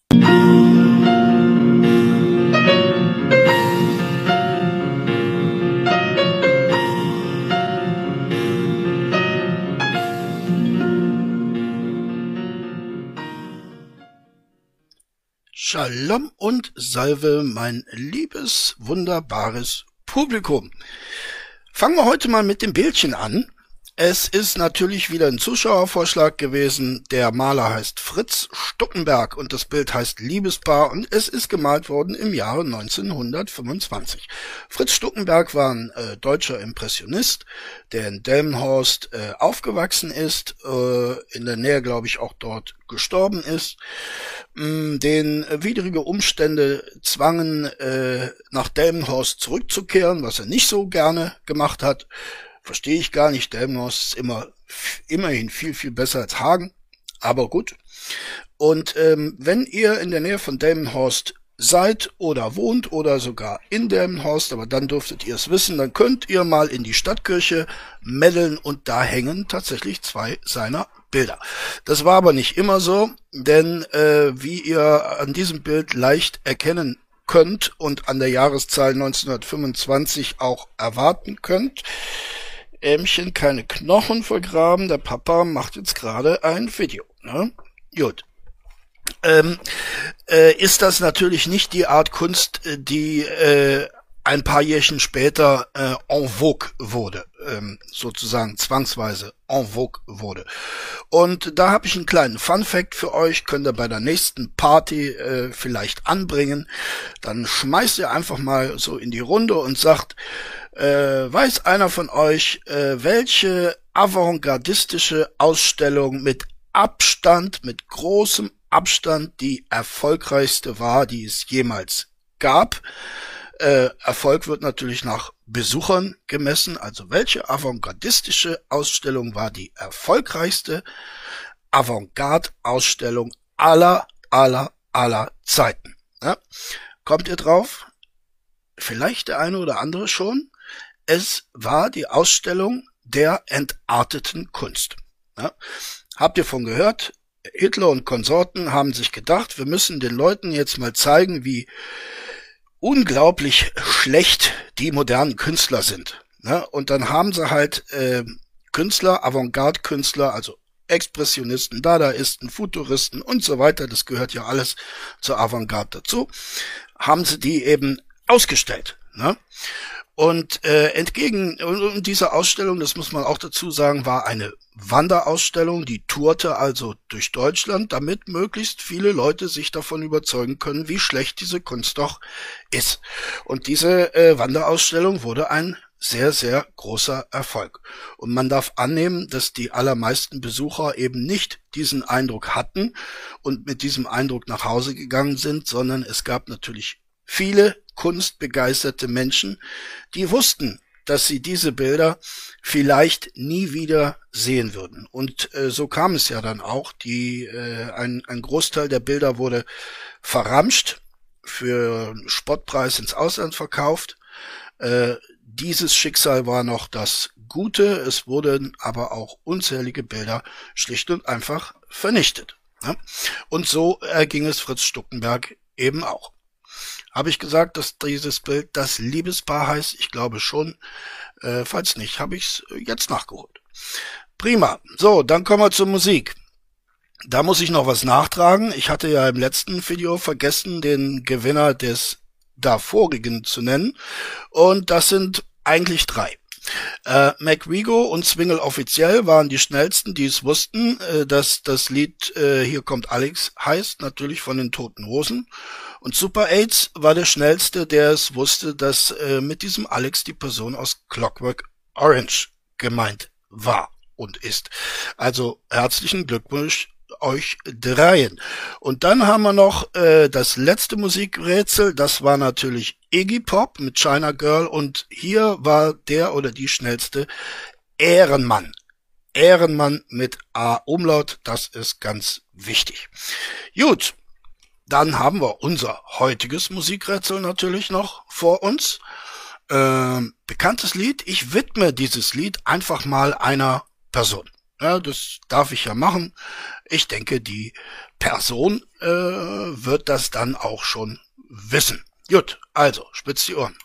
Shalom und Salve, mein liebes, wunderbares Publikum. Fangen wir heute mal mit dem Bildchen an. Es ist natürlich wieder ein Zuschauervorschlag gewesen. Der Maler heißt Fritz Stuckenberg und das Bild heißt Liebespaar und es ist gemalt worden im Jahre 1925. Fritz Stuckenberg war ein deutscher Impressionist, der in Delmenhorst aufgewachsen ist, in der Nähe, glaube ich, auch dort gestorben ist. Den widrige Umstände zwangen, nach Delmenhorst zurückzukehren, was er nicht so gerne gemacht hat. Verstehe ich gar nicht. Delmenhorst ist immerhin viel, viel besser als Hagen. Aber gut. Und wenn ihr in der Nähe von Delmenhorst seid oder wohnt oder sogar in Delmenhorst, aber dann dürftet ihr es wissen, dann könnt ihr mal in die Stadtkirche meddeln und da hängen tatsächlich 2 seiner Bilder. Das war aber nicht immer so, denn wie ihr an diesem Bild leicht erkennen könnt und an der Jahreszahl 1925 auch erwarten könnt, Ähmchen keine Knochen vergraben, der Papa macht jetzt gerade ein Video. Ne? Gut. Ist das natürlich nicht die Art Kunst, die ein paar Jährchen später en vogue wurde, sozusagen zwangsweise en vogue wurde. Und da habe ich einen kleinen Fun-Fact für euch, könnt ihr bei der nächsten Party vielleicht anbringen. Dann schmeißt ihr einfach mal so in die Runde und sagt, weiß einer von euch, welche avantgardistische Ausstellung mit Abstand, mit großem Abstand die erfolgreichste war, die es jemals gab? Erfolg wird natürlich nach Besuchern gemessen. Also welche avantgardistische Ausstellung war die erfolgreichste Avantgarde-Ausstellung aller Zeiten? Ja? Kommt ihr drauf? Vielleicht der eine oder andere schon. Es war die Ausstellung der entarteten Kunst. Ja? Habt ihr von gehört? Hitler und Konsorten haben sich gedacht, wir müssen den Leuten jetzt mal zeigen, wie unglaublich schlecht die modernen Künstler sind. Ne? Und dann haben sie halt Künstler, Avantgarde-Künstler, also Expressionisten, Dadaisten, Futuristen und so weiter, das gehört ja alles zur Avantgarde dazu, haben sie die eben ausgestellt. Ne? Und entgegen dieser Ausstellung, das muss man auch dazu sagen, war eine Wanderausstellung, die tourte also durch Deutschland, damit möglichst viele Leute sich davon überzeugen können, wie schlecht diese Kunst doch ist. Und diese Wanderausstellung wurde ein sehr, sehr großer Erfolg. Und man darf annehmen, dass die allermeisten Besucher eben nicht diesen Eindruck hatten und mit diesem Eindruck nach Hause gegangen sind, sondern es gab natürlich viele kunstbegeisterte Menschen, die wussten, dass sie diese Bilder vielleicht nie wieder sehen würden. Und so kam es ja dann auch. Ein Großteil der Bilder wurde verramscht, für einen Spottpreis ins Ausland verkauft. Dieses Schicksal war noch das Gute. Es wurden aber auch unzählige Bilder schlicht und einfach vernichtet. Ja? Und so erging es Fritz Stuckenberg eben auch. Habe ich gesagt, dass dieses Bild das Liebespaar heißt? Ich glaube schon. Falls nicht, habe ich es jetzt nachgeholt. Prima. So, dann kommen wir zur Musik. Da muss ich noch was nachtragen. Ich hatte ja im letzten Video vergessen, den Gewinner des davorigen zu nennen. Und das sind eigentlich 3. McRigo und Swingle offiziell waren die schnellsten, die es wussten, dass das Lied Hier kommt Alex heißt, natürlich von den Toten Hosen. Und Super 8 war der schnellste, der es wusste, dass mit diesem Alex die Person aus Clockwork Orange gemeint war und ist. Also herzlichen Glückwunsch euch 3. Und dann haben wir noch das letzte Musikrätsel, das war natürlich Iggy Pop mit China Girl und hier war der oder die schnellste Ehrenmann. Ehrenmann mit A-Umlaut, das ist ganz wichtig. Gut, dann haben wir unser heutiges Musikrätsel natürlich noch vor uns. Bekanntes Lied, ich widme dieses Lied einfach mal einer Person. Ja, das darf ich ja machen. Ich denke, die Person wird das dann auch schon wissen. Gut, also, spitzt die Ohren.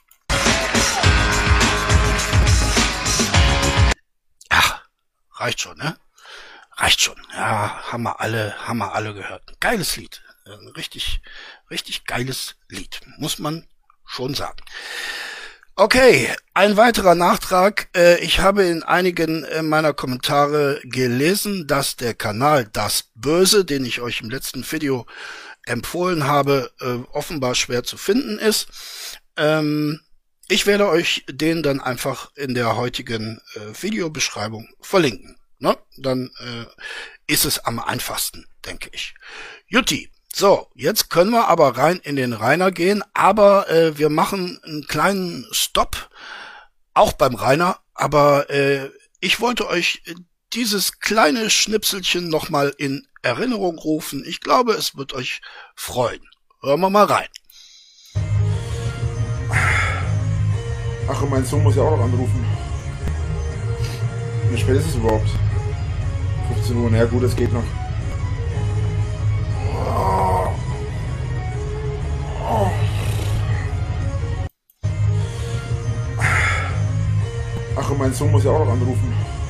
Ach, reicht schon, ne? Reicht schon. Ja, haben wir alle gehört. Geiles Lied. Ein richtig geiles Lied. Muss man schon sagen. Okay, ein weiterer Nachtrag. Ich habe in einigen meiner Kommentare gelesen, dass der Kanal Das Böse, den ich euch im letzten Video empfohlen habe, offenbar schwer zu finden ist. Ich werde euch den dann einfach in der heutigen Videobeschreibung verlinken. Ne? Dann ist es am einfachsten, denke ich. Jutti. So, jetzt können wir aber rein in den Rainer gehen, aber wir machen einen kleinen Stopp, auch beim Rainer, aber ich wollte euch dieses kleine Schnipselchen nochmal in Erinnerung rufen. Ich glaube, es wird euch freuen. Hören wir mal rein. Ach, und mein Sohn muss ja auch noch anrufen. Wie spät ist es überhaupt? 15 Uhr, naja gut, es geht noch. Ach, und mein Sohn muss ja auch noch anrufen.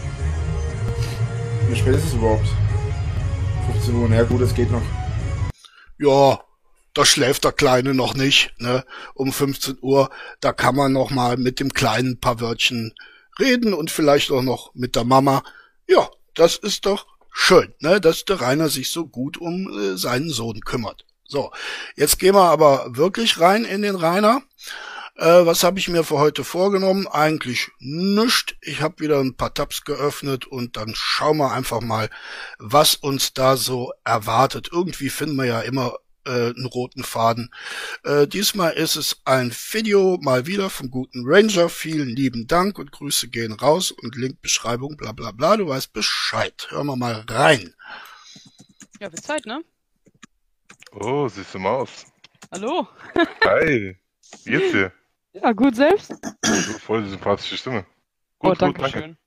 Wie spät ist es überhaupt? 15 Uhr, naja gut, es geht noch. Ja, da schläft der Kleine noch nicht, ne? Um 15 Uhr, da kann man noch mal mit dem Kleinen ein paar Wörtchen reden und vielleicht auch noch mit der Mama. Ja, das ist doch schön, ne? Dass der Rainer sich so gut um seinen Sohn kümmert. So, jetzt gehen wir aber wirklich rein in den Rainer. Was habe ich mir für heute vorgenommen? Eigentlich nichts. Ich habe wieder ein paar Tabs geöffnet und dann schauen wir einfach mal, was uns da so erwartet. Irgendwie finden wir ja immer einen roten Faden. Diesmal ist es ein Video mal wieder vom guten Ranger. Vielen lieben Dank und Grüße gehen raus und Linkbeschreibung, bla bla bla. Du weißt Bescheid. Hören wir mal rein. Ja, wird Zeit, ne? Oh, süße Maus. Hallo? Hi. Wie geht's dir? Ja, gut selbst? Voll die sympathische Stimme. Oh, Gut, danke danke.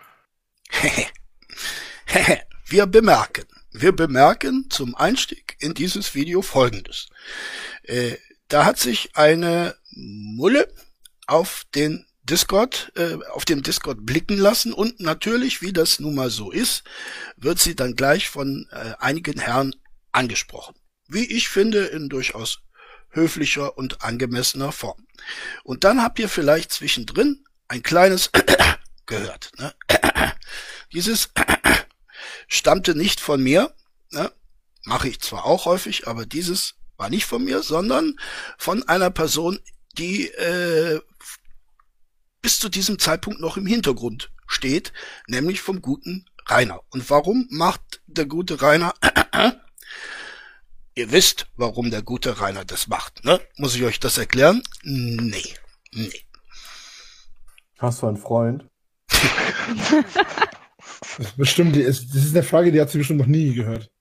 Schön. Wir bemerken zum Einstieg in dieses Video Folgendes. Da hat sich eine Mulle auf dem Discord blicken lassen und natürlich, wie das nun mal so ist, wird sie dann gleich von einigen Herren angesprochen. Wie ich finde, in durchaus höflicher und angemessener Form. Und dann habt ihr vielleicht zwischendrin ein kleines gehört. Ne? Dieses stammte nicht von mir, ne? Mache ich zwar auch häufig, aber dieses war nicht von mir, sondern von einer Person, die bis zu diesem Zeitpunkt noch im Hintergrund steht, nämlich vom guten Rainer. Und warum macht der gute Rainer Ihr wisst, warum der gute Rainer das macht, ne? Muss ich euch das erklären? Nee. Hast du einen Freund? Das ist eine Frage, die hat sie bestimmt noch nie gehört.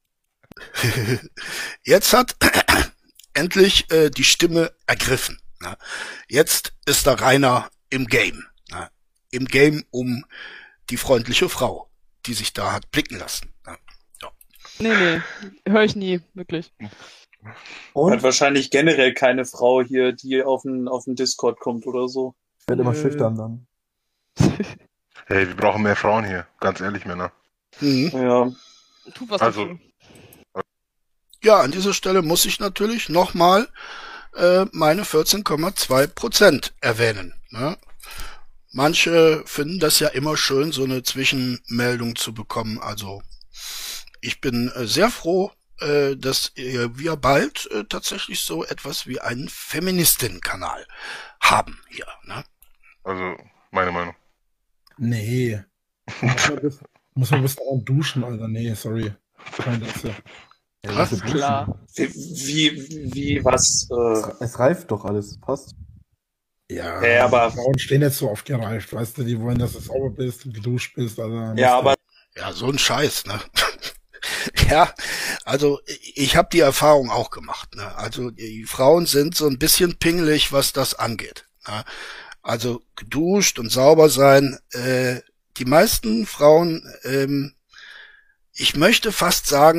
Jetzt hat endlich die Stimme ergriffen. Ne? Jetzt ist der Rainer im Game. Ne? Im Game um die freundliche Frau, die sich da hat blicken lassen. Ne? Ja. Nee, höre ich nie, wirklich. Und? Hat wahrscheinlich generell keine Frau hier, die auf den Discord kommt oder so. Ich werde immer schüchtern dann. Hey, wir brauchen mehr Frauen hier. Ganz ehrlich, Männer. Mhm. Ja. Tut was Also, dafür. Ja, an dieser Stelle muss ich natürlich nochmal meine 14,2% erwähnen. Ne? Manche finden das ja immer schön, so eine Zwischenmeldung zu bekommen. Also ich bin sehr froh, dass wir bald tatsächlich so etwas wie einen Feministinnen-Kanal haben hier. Ne? also, meine Meinung. Nee. Muss man bis daran duschen, Alter. Nee, sorry. Kein Interesse. Ja, Was? das ist Klar. Was? Es reift doch alles, passt. Ja, Ja, aber- Frauen stehen jetzt so oft gereift, weißt du, die wollen, dass du sauber bist und geduscht bist. Also Ja, aber Ja, so ein Scheiß, ne? Ja, also ich habe die Erfahrung auch gemacht. Ne? Also die Frauen sind so ein bisschen pingelig, was das angeht. Ne? Also geduscht und sauber sein. Die meisten Frauen, ich möchte fast sagen,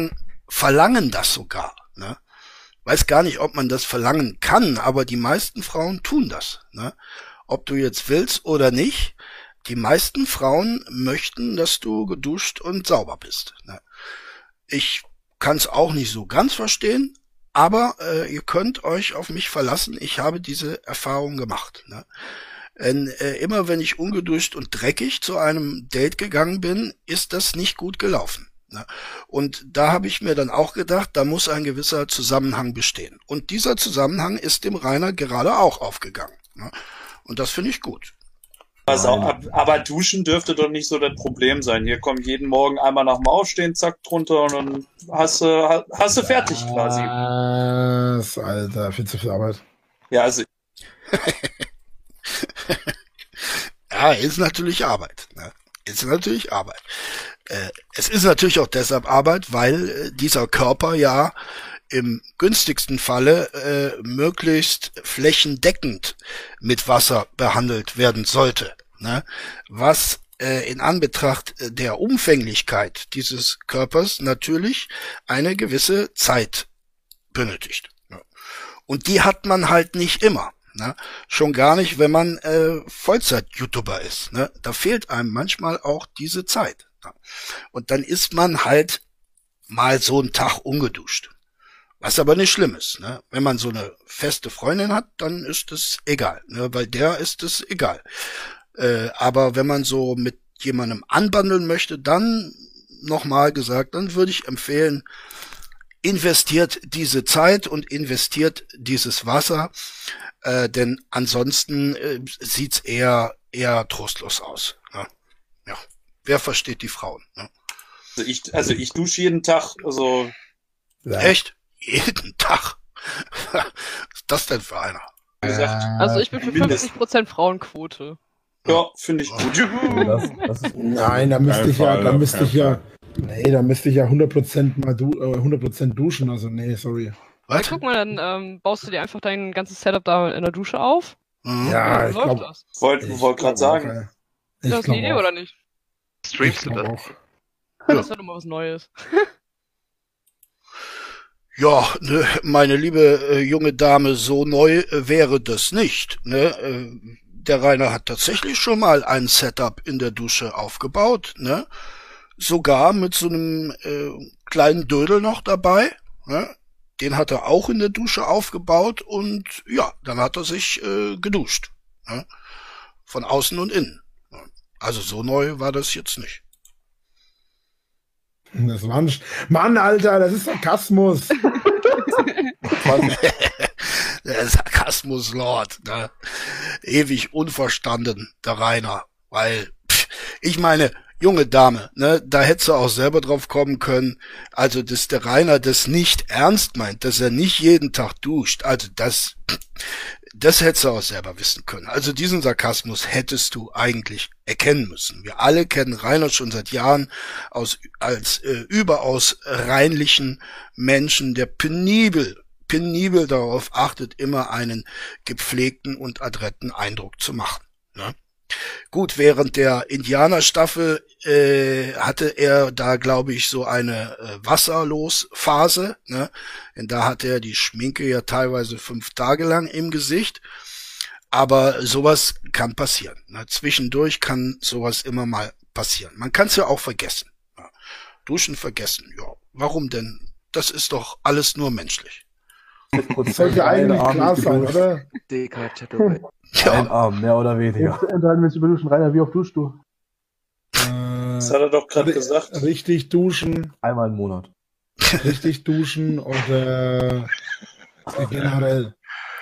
verlangen das sogar. Ne? Weiß gar nicht, ob man das verlangen kann, aber die meisten Frauen tun das. Ne? Ob du jetzt willst oder nicht, die meisten Frauen möchten, dass du geduscht und sauber bist. Ne? Ich kann es auch nicht so ganz verstehen, aber ihr könnt euch auf mich verlassen. Ich habe diese Erfahrung gemacht. Ne? Denn immer wenn ich ungeduscht und dreckig zu einem Date gegangen bin, ist das nicht gut gelaufen. Ne? Und da habe ich mir dann auch gedacht, da muss ein gewisser Zusammenhang bestehen. Und dieser Zusammenhang ist dem Rainer gerade auch aufgegangen. Ne? Und das finde ich gut. Also, aber duschen dürfte doch nicht so das Problem sein. Hier kommt jeden Morgen einmal nach dem Aufstehen, zack, drunter und dann hast du fertig quasi. Alter, viel zu viel Arbeit. Ja, also Ja, ist natürlich Arbeit. Ne? Ist natürlich Arbeit. Es ist natürlich auch deshalb Arbeit, weil dieser Körper ja im günstigsten Falle möglichst flächendeckend mit Wasser behandelt werden sollte. Ne? Was in Anbetracht der Umfänglichkeit dieses Körpers natürlich eine gewisse Zeit benötigt. Ne? Und die hat man halt nicht immer. Ne? Schon gar nicht, wenn man Vollzeit-YouTuber ist. Ne? Da fehlt einem manchmal auch diese Zeit. Ne? Und dann ist man halt mal so einen Tag ungeduscht. Was aber nicht schlimm ist. Ne? Wenn man so eine feste Freundin hat, dann ist es egal. Ne? Weil der ist es egal. Aber wenn man so mit jemandem anbandeln möchte, dann nochmal gesagt, dann würde ich empfehlen, investiert diese Zeit und investiert dieses Wasser, denn ansonsten sieht's eher trostlos aus. Ne? Ja, wer versteht die Frauen? Ne? Also ich dusche jeden Tag, also Ja. Echt? Jeden Tag? Was ist das denn für einer? wie gesagt, Also ich bin für mindestens. 50% Frauenquote. Ja, finde ich gut. Das ist Nein, da müsste ich ja, Fall, da auf müsste keinen ich ja, nee, da müsste ich ja 100% mal 100% duschen, also nee, sorry. Ja, Was? guck mal, dann baust du dir einfach dein ganzes Setup da in der Dusche auf. Mhm. Ja, Dann ich läuft glaube, das. Wollte gerade sagen. Ist das eine Idee oder nicht? Streamst du das? auch. Das wäre doch mal was Neues. Ja, ne, meine liebe junge Dame, so neu wäre das nicht. Ne? Der Rainer hat tatsächlich schon mal ein Setup in der Dusche aufgebaut. Ne? Sogar mit so einem kleinen Dödel noch dabei. Ne? Den hat er auch in der Dusche aufgebaut und ja, dann hat er sich geduscht. Ne? Von außen und innen. Also so neu war das jetzt nicht. Das war nicht. Mann, Alter, das ist Sarkasmus. Der Sarkasmus-Lord, ne? Ewig unverstanden, der Rainer. Weil, ich meine, junge Dame, ne, da hättest du auch selber drauf kommen können, also dass der Rainer das nicht ernst meint, dass er nicht jeden Tag duscht, also das hättest du auch selber wissen können. Also diesen Sarkasmus hättest du eigentlich erkennen müssen. Wir alle kennen Rainer schon seit Jahren als überaus reinlichen Menschen, der penibel darauf achtet, immer einen gepflegten und adretten Eindruck zu machen. Ne? Gut, während der Indianerstaffel hatte er da, glaube ich, so eine Wasserlosphase. Ne? Denn da hatte er die Schminke ja teilweise 5 Tage lang im Gesicht. Aber sowas kann passieren. Ne? Zwischendurch kann sowas immer mal passieren. Man kann es ja auch vergessen. Ja. Duschen vergessen, ja. Warum denn? Das ist doch alles nur menschlich. Das sollte eigentlich klar sein, oder? Ja, Ein Arm, mehr oder weniger. Jetzt unterhalten wir uns über Duschen. Rainer, wie oft duschst du? Das hat er doch gerade gesagt. Richtig duschen, Einmal im Monat. richtig duschen oder generell.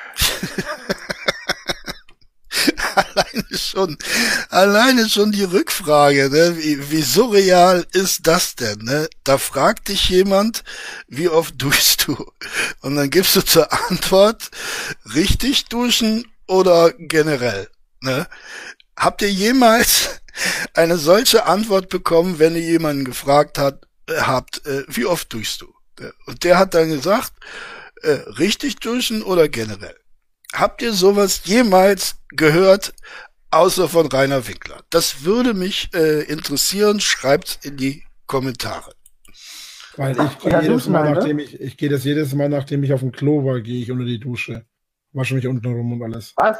Alleine schon die Rückfrage, ne? Wie surreal ist das denn, ne? Da fragt dich jemand, wie oft duschst du? Und dann gibst du zur Antwort, richtig duschen oder generell, ne? Habt ihr jemals eine solche Antwort bekommen, wenn ihr jemanden gefragt habt, wie oft duschst du? Und der hat dann gesagt, richtig duschen oder generell? Habt ihr sowas jemals gehört, außer von Rainer Winkler? Das würde mich interessieren. Schreibt's in die Kommentare. Weil ich gehe Ja, jedes duschen Mal, halt, ne? ich gehe das jedes Mal, nachdem ich auf dem Klo war, gehe ich unter die Dusche. Wasche mich unten rum und alles. Was?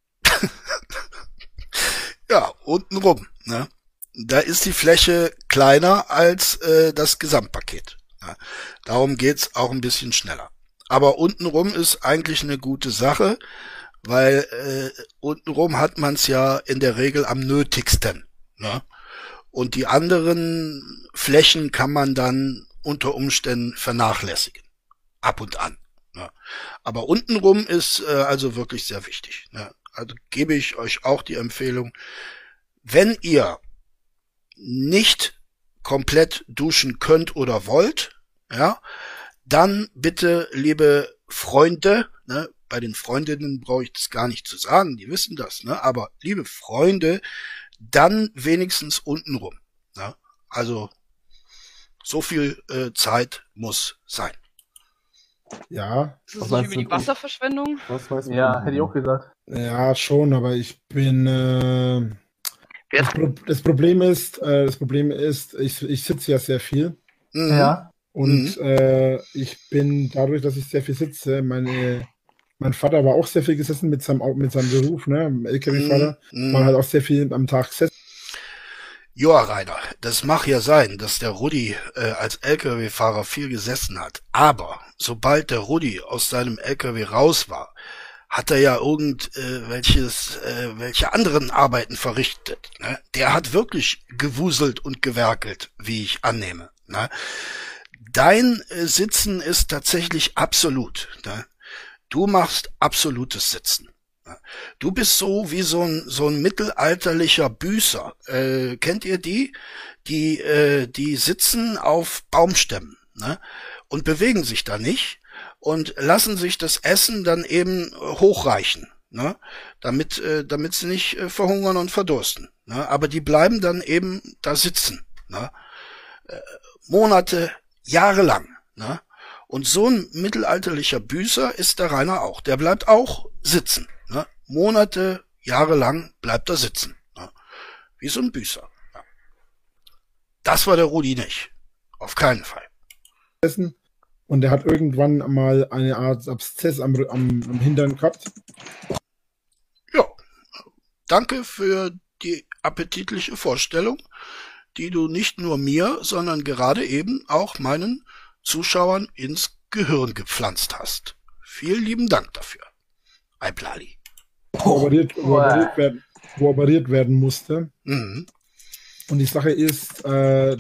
Ja, untenrum. Ne? Da ist die Fläche kleiner als das Gesamtpaket. Ja? Darum geht's auch ein bisschen schneller. Aber untenrum ist eigentlich eine gute Sache, weil untenrum hat man es ja in der Regel am nötigsten. Ne? Und die anderen Flächen kann man dann unter Umständen vernachlässigen. Ab und an. Ne? Aber untenrum ist also wirklich sehr wichtig. Ne? Also gebe ich euch auch die Empfehlung, wenn ihr nicht komplett duschen könnt oder wollt, ja, dann bitte, liebe Freunde, ne, bei den Freundinnen brauche ich das gar nicht zu sagen, die wissen das, ne, aber liebe Freunde, dann wenigstens untenrum. Ne? Also so viel Zeit muss sein. Ja, Ist Was das nicht meinst über du? die Wasserverschwendung? Was weiß man? Ja, hätte ich auch gesagt. ja, schon, aber ich bin, das Problem ist, ich sitze ja sehr viel Mhm. Ja. und ich bin dadurch, dass ich sehr viel sitze, mein Vater war auch sehr viel gesessen mit seinem Beruf, ne, LKW-Fahrer, Mhm. war halt auch sehr viel am Tag gesessen. Ja, Rainer, das mag ja sein, dass der Rudi als LKW-Fahrer viel gesessen hat. Aber sobald der Rudi aus seinem LKW raus war, hat er ja welche anderen Arbeiten verrichtet. Ne? Der hat wirklich gewuselt und gewerkelt, wie ich annehme. Ne? Dein Sitzen ist tatsächlich absolut. Ne? Du machst absolutes Sitzen. Du bist so wie so ein mittelalterlicher Büßer. Kennt ihr die? Die sitzen auf Baumstämmen, ne? Und bewegen sich da nicht und lassen sich das Essen dann eben hochreichen, ne? Damit sie nicht verhungern und verdursten. Ne? Aber die bleiben dann eben da sitzen, ne? Monate, jahrelang, ne? Und so ein mittelalterlicher Büßer ist der Rainer auch. Der bleibt auch sitzen. Ne? Monate, jahrelang bleibt er sitzen. Ne? Wie so ein Büßer. Ja. Das war der Rudi nicht. Auf keinen Fall. Und er hat irgendwann mal eine Art Abszess am Hintern gehabt. Ja. Danke für die appetitliche Vorstellung, die du nicht nur mir, sondern gerade eben auch meinen Zuschauern ins Gehirn gepflanzt hast. Vielen lieben Dank dafür. Eiblali. Wo operiert werden musste. Mhm. Und die Sache ist, hat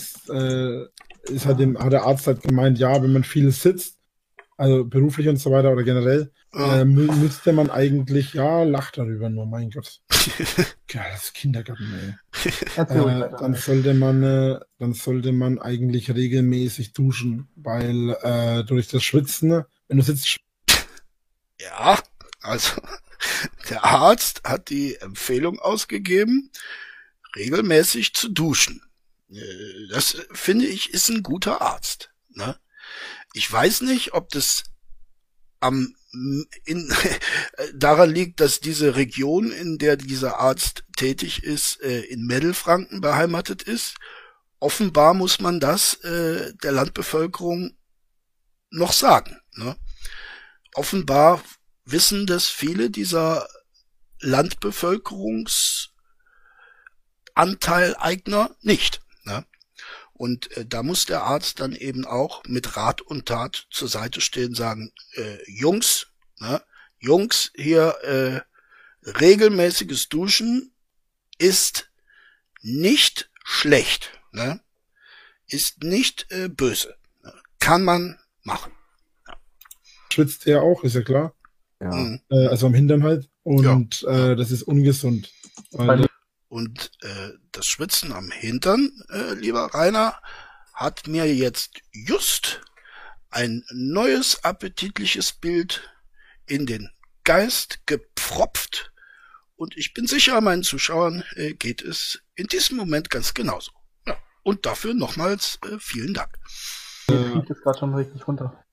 der Arzt halt gemeint, ja, wenn man viel sitzt, also beruflich und so weiter oder generell, müsste man eigentlich, ja, lacht darüber nur, mein Gott. Ja, das ist Kindergarten, ey. Dann sollte man eigentlich regelmäßig duschen, weil durch das Schwitzen, wenn du sitzt, Ja, also der Arzt hat die Empfehlung ausgegeben, regelmäßig zu duschen. Das finde ich ist ein guter Arzt. Ne? Ich weiß nicht, ob das daran liegt, dass diese Region, in der dieser Arzt tätig ist, in Mittelfranken beheimatet ist. Offenbar muss man das der Landbevölkerung noch sagen. Ne? Offenbar wissen das viele dieser Landbevölkerungsanteileigner nicht. Ne? Und da muss der Arzt dann eben auch mit Rat und Tat zur Seite stehen, sagen, Jungs, hier regelmäßiges Duschen ist nicht schlecht, ne? Ist nicht böse. Ne? Kann man machen. schwitzt er auch, ist ja klar. Ja. Mhm. Also am Hintern halt. Und das ist ungesund. Weil Und das Schwitzen am Hintern, lieber Rainer, hat mir jetzt just ein neues appetitliches Bild in den Geist gepfropft. Und ich bin sicher, meinen Zuschauern geht es in diesem Moment ganz genauso. Ja. Und dafür nochmals vielen Dank. Mir fliegt es gerade schon richtig runter.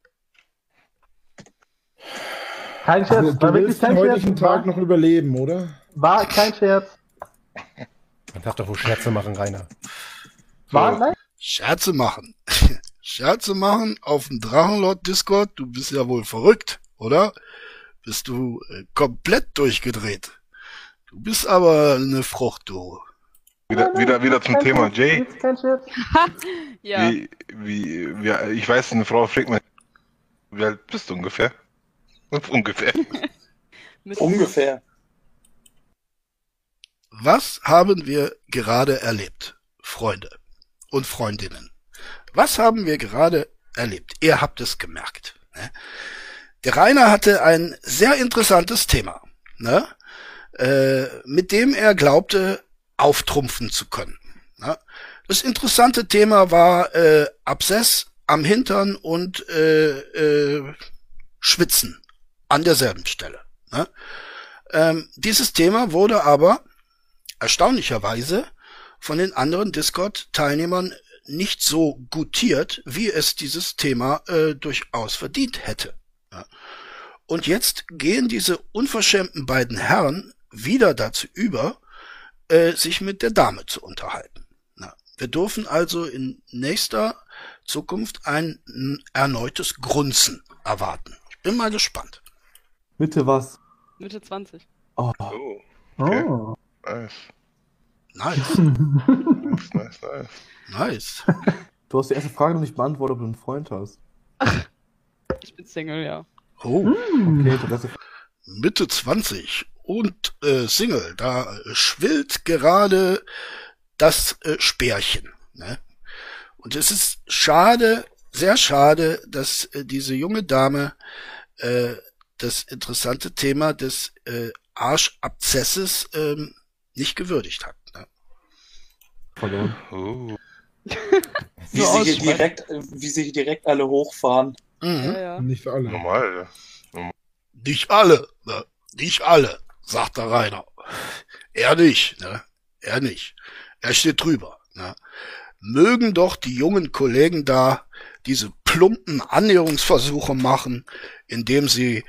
Kein Scherz, du war wirklich willst den kein heutigen Scherz. Tag noch überleben, oder? War kein Scherz. Man darf doch wohl Scherze machen, Rainer. War, nein? Scherze machen. Scherze machen auf dem Drachenlord-Discord? Du bist ja wohl verrückt, oder? Bist du komplett durchgedreht? Du bist aber eine Frucht, du. Wieder zum Thema Jay. Kein Scherz. Ja. Ich weiß, eine Frau fragt mich, wie alt bist du ungefähr? Ungefähr. Ungefähr. Was haben wir gerade erlebt, Freunde und Freundinnen? Was haben wir gerade erlebt? Ihr habt es gemerkt. Ne? Der Rainer hatte ein sehr interessantes Thema, ne? Mit dem er glaubte, auftrumpfen zu können. Ne? Das interessante Thema war Abszess am Hintern und Schwitzen an derselben Stelle. Ne? Dieses Thema wurde aber erstaunlicherweise von den anderen Discord-Teilnehmern nicht so gutiert, wie es dieses Thema durchaus verdient hätte. Ja. Und jetzt gehen diese unverschämten beiden Herren wieder dazu über, sich mit der Dame zu unterhalten. Ja. Wir dürfen also in nächster Zukunft ein erneutes Grunzen erwarten. Ich bin mal gespannt. Mitte was? Mitte 20. Oh. Oh, okay. Oh. Nice. Nice. Nice. Nice. Du hast die erste Frage noch nicht beantwortet, ob du einen Freund hast. Ich bin Single, ja. Oh, Okay, Interesse. Mitte 20 und Single. Da schwillt gerade das Spärchen. Ne? Und es ist schade, sehr schade, dass diese junge Dame das interessante Thema des Arschabzesses nicht gewürdigt hat. Ne? Verloren. Oh. Wie sie hier direkt alle hochfahren. Mhm. Ja. Nicht für alle. Normal. Nicht alle, ne? Nicht alle, sagt der Rainer. Er nicht, ne? Er nicht. Er steht drüber. Ne? Mögen doch die jungen Kollegen da diese plumpen Annäherungsversuche machen, indem sie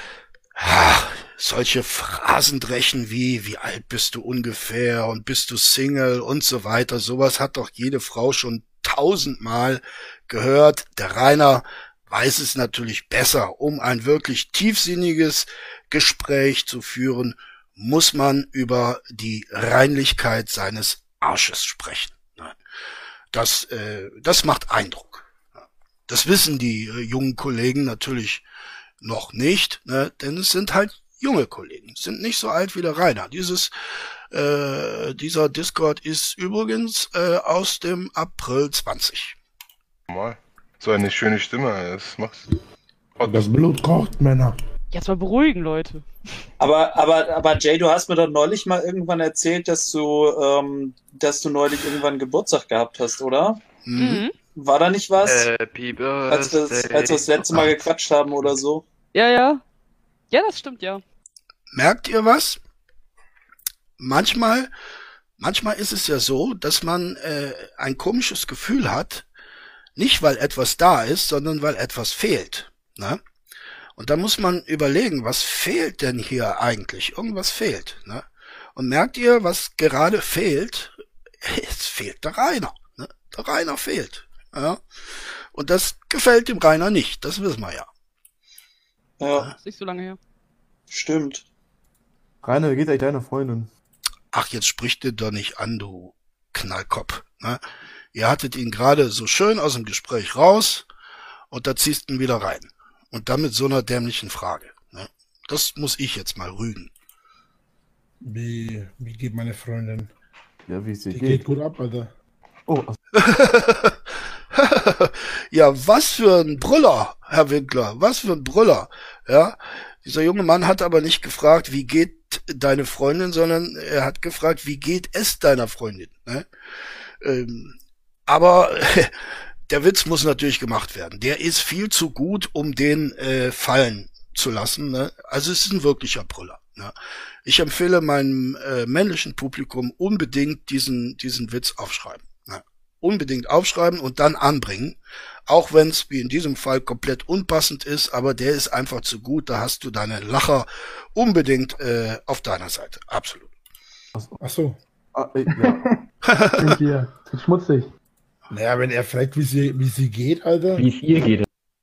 solche Phrasen drechen wie alt bist du ungefähr und bist du Single und so weiter. Sowas hat doch jede Frau schon 1000-mal gehört. Der Rainer weiß es natürlich besser. Um ein wirklich tiefsinniges Gespräch zu führen, muss man über die Reinlichkeit seines Arsches sprechen. Das macht Eindruck. Das wissen die jungen Kollegen natürlich noch nicht, ne? Denn es sind halt junge Kollegen, sind nicht so alt wie der Rainer. Dieser Discord ist übrigens aus dem April 20. Normal. So eine schöne Stimme. Das macht's. Das Blut kocht, Männer. Jetzt mal beruhigen, Leute. Aber Jay, du hast mir doch neulich mal irgendwann erzählt, dass du neulich irgendwann Geburtstag gehabt hast, oder? Mhm. War da nicht was? Happy Als wir Birthday. das letzte Mal gequatscht haben oder so? Ja, ja. Ja, das stimmt, ja. Merkt ihr was? Manchmal ist es ja so, dass man ein komisches Gefühl hat, nicht weil etwas da ist, sondern weil etwas fehlt. Ne? Und da muss man überlegen, was fehlt denn hier eigentlich? Irgendwas fehlt. Ne? Und merkt ihr, was gerade fehlt? Es fehlt der Rainer. Ne? Der Rainer fehlt. Ja? Und das gefällt dem Rainer nicht, das wissen wir ja. Ja, Ist nicht so lange her. stimmt. Rainer, wie geht eigentlich deine Freundin? Ach, jetzt sprich dir doch nicht an, du Knallkopf. Ne? Ihr hattet ihn gerade so schön aus dem Gespräch raus und da ziehst du ihn wieder rein. Und dann mit so einer dämlichen Frage. Ne? Das muss ich jetzt mal rügen. Wie geht meine Freundin? Ja, wie es dir Die geht. geht gut ab, Alter. Oh, Ja, was für ein Brüller, Herr Winkler, was für ein Brüller. Ja, dieser junge Mann hat aber nicht gefragt, wie geht deine Freundin, sondern er hat gefragt, wie geht es deiner Freundin. Ne? Aber der Witz muss natürlich gemacht werden. Der ist viel zu gut, um den fallen zu lassen. Ne? Also es ist ein wirklicher Brüller. Ne? Ich empfehle meinem männlichen Publikum unbedingt diesen Witz aufschreiben. Ne? Unbedingt aufschreiben und dann anbringen. Auch wenn es wie in diesem Fall komplett unpassend ist, aber der ist einfach zu gut. Da hast du deine Lacher unbedingt auf deiner Seite. Absolut. Ach so. ja. Sind hier. Sind schmutzig. Naja, wenn er fragt, wie sie geht, Alter. Wie es ihr geht.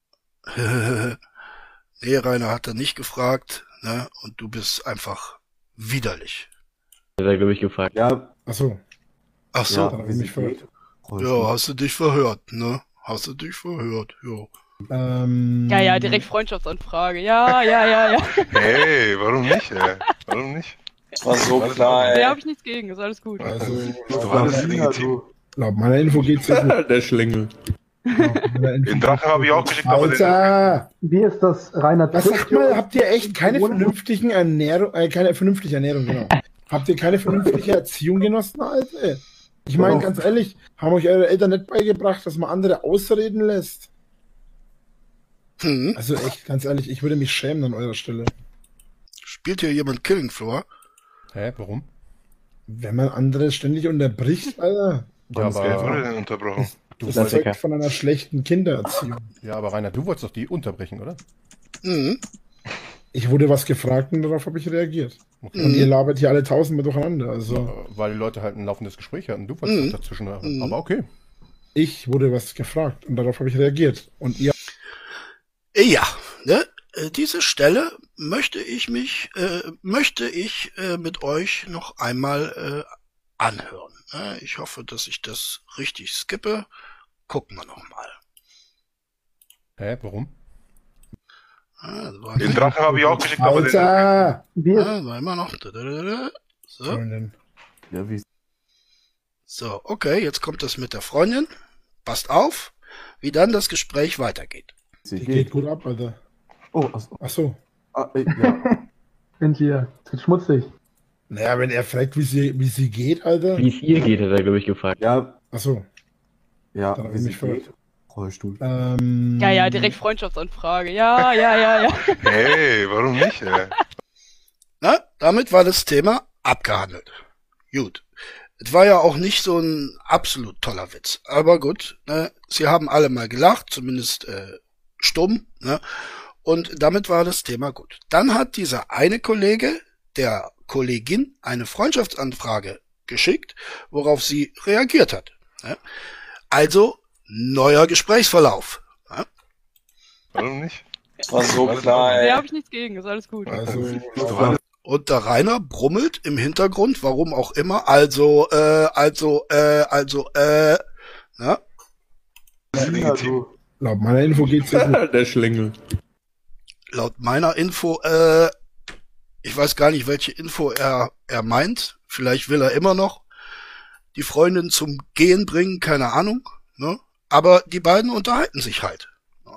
Nee, Rainer hat er nicht gefragt, ne? Und du bist einfach widerlich. Hat er, glaube ich, gefragt. Ja, Achso. Ach so, dann hab wie ich sie mich verhört. geht. ja, hast du dich verhört, ne? Hast du dich verhört, ja. Ja, direkt Freundschaftsanfrage. Ja. Hey, warum nicht, ey? Warum nicht? Das war so klar, Da ey. habe ich nichts gegen, ist alles gut. Also, Du warst Marina, legitim. du. laut meiner Info geht's sehr gut. Der Schlingel. Den Drachen habe ich auch geschickt, aber den, Alter! Wie ist das, Rainer? Was sagt mal, habt ihr echt keine vernünftige Ernährung, genau. Habt ihr keine vernünftige Erziehung genossen, Alter? Ich meine, ganz ehrlich, haben euch eure Eltern nicht beigebracht, dass man andere ausreden lässt? Hm. Also echt, ganz ehrlich, ich würde mich schämen an eurer Stelle. Spielt hier jemand Killing Floor? Hä, warum? Wenn man andere ständig unterbricht, Alter, Ja, wer wurde aber, denn unterbrochen? du das wolltest, zeugt von einer schlechten Kindererziehung. ja, aber Rainer, du wolltest doch die unterbrechen, oder? Mhm. Ich wurde was gefragt und darauf habe ich reagiert. Okay. Und ihr labert hier alle tausendmal durcheinander. Also, Weil die Leute halt ein laufendes Gespräch hatten. Du wolltest doch dazwischen. Aber okay. ich wurde was gefragt und darauf habe ich reagiert. Und ihr Ja, ne? Diese Stelle möchte ich mit euch noch einmal anhören. Ich hoffe, dass ich das richtig skippe. Gucken wir noch mal. Hä, warum? Den Drachen habe ich auch geschickt, aber den, Alter! Wie ist war immer noch. So. Freundin. Ja, wie So, okay, jetzt kommt das mit der Freundin. Passt auf, wie dann das Gespräch weitergeht. sie Die geht. geht gut ab, Alter. Oh, achso. Achso. Ja. sind hier? Es wird schmutzig. Naja, wenn er fragt, wie sie geht, Alter. Wie es ihr geht, hat er, glaube ich, gefragt. Ja, Achso. ja, Dann hab wie ich sie mich verhört. geht. Rollstuhl. Ja, direkt Freundschaftsanfrage. Ja. hey, warum nicht, ey? Na, damit war das Thema abgehandelt. Gut. Es war ja auch nicht so ein absolut toller Witz. Aber gut, ne, sie haben alle mal gelacht, zumindest stumm. Ne, und damit war das Thema gut. Dann hat dieser eine Kollege der Kollegin eine Freundschaftsanfrage geschickt, worauf sie reagiert hat. Ne. Also neuer Gesprächsverlauf. Ne. Warum nicht? Das war so klar, Da ey. habe ich nichts gegen, ist alles gut. Also, Und der Rainer brummelt im Hintergrund, warum auch immer, also, ne? Das ist Marina, legitim. du. laut meiner Info geht's sehr gut. Der Schlingel. Laut meiner Info, ich weiß gar nicht, welche Info er meint. Vielleicht will er immer noch die Freundin zum Gehen bringen, keine Ahnung. Ne? Aber die beiden unterhalten sich halt.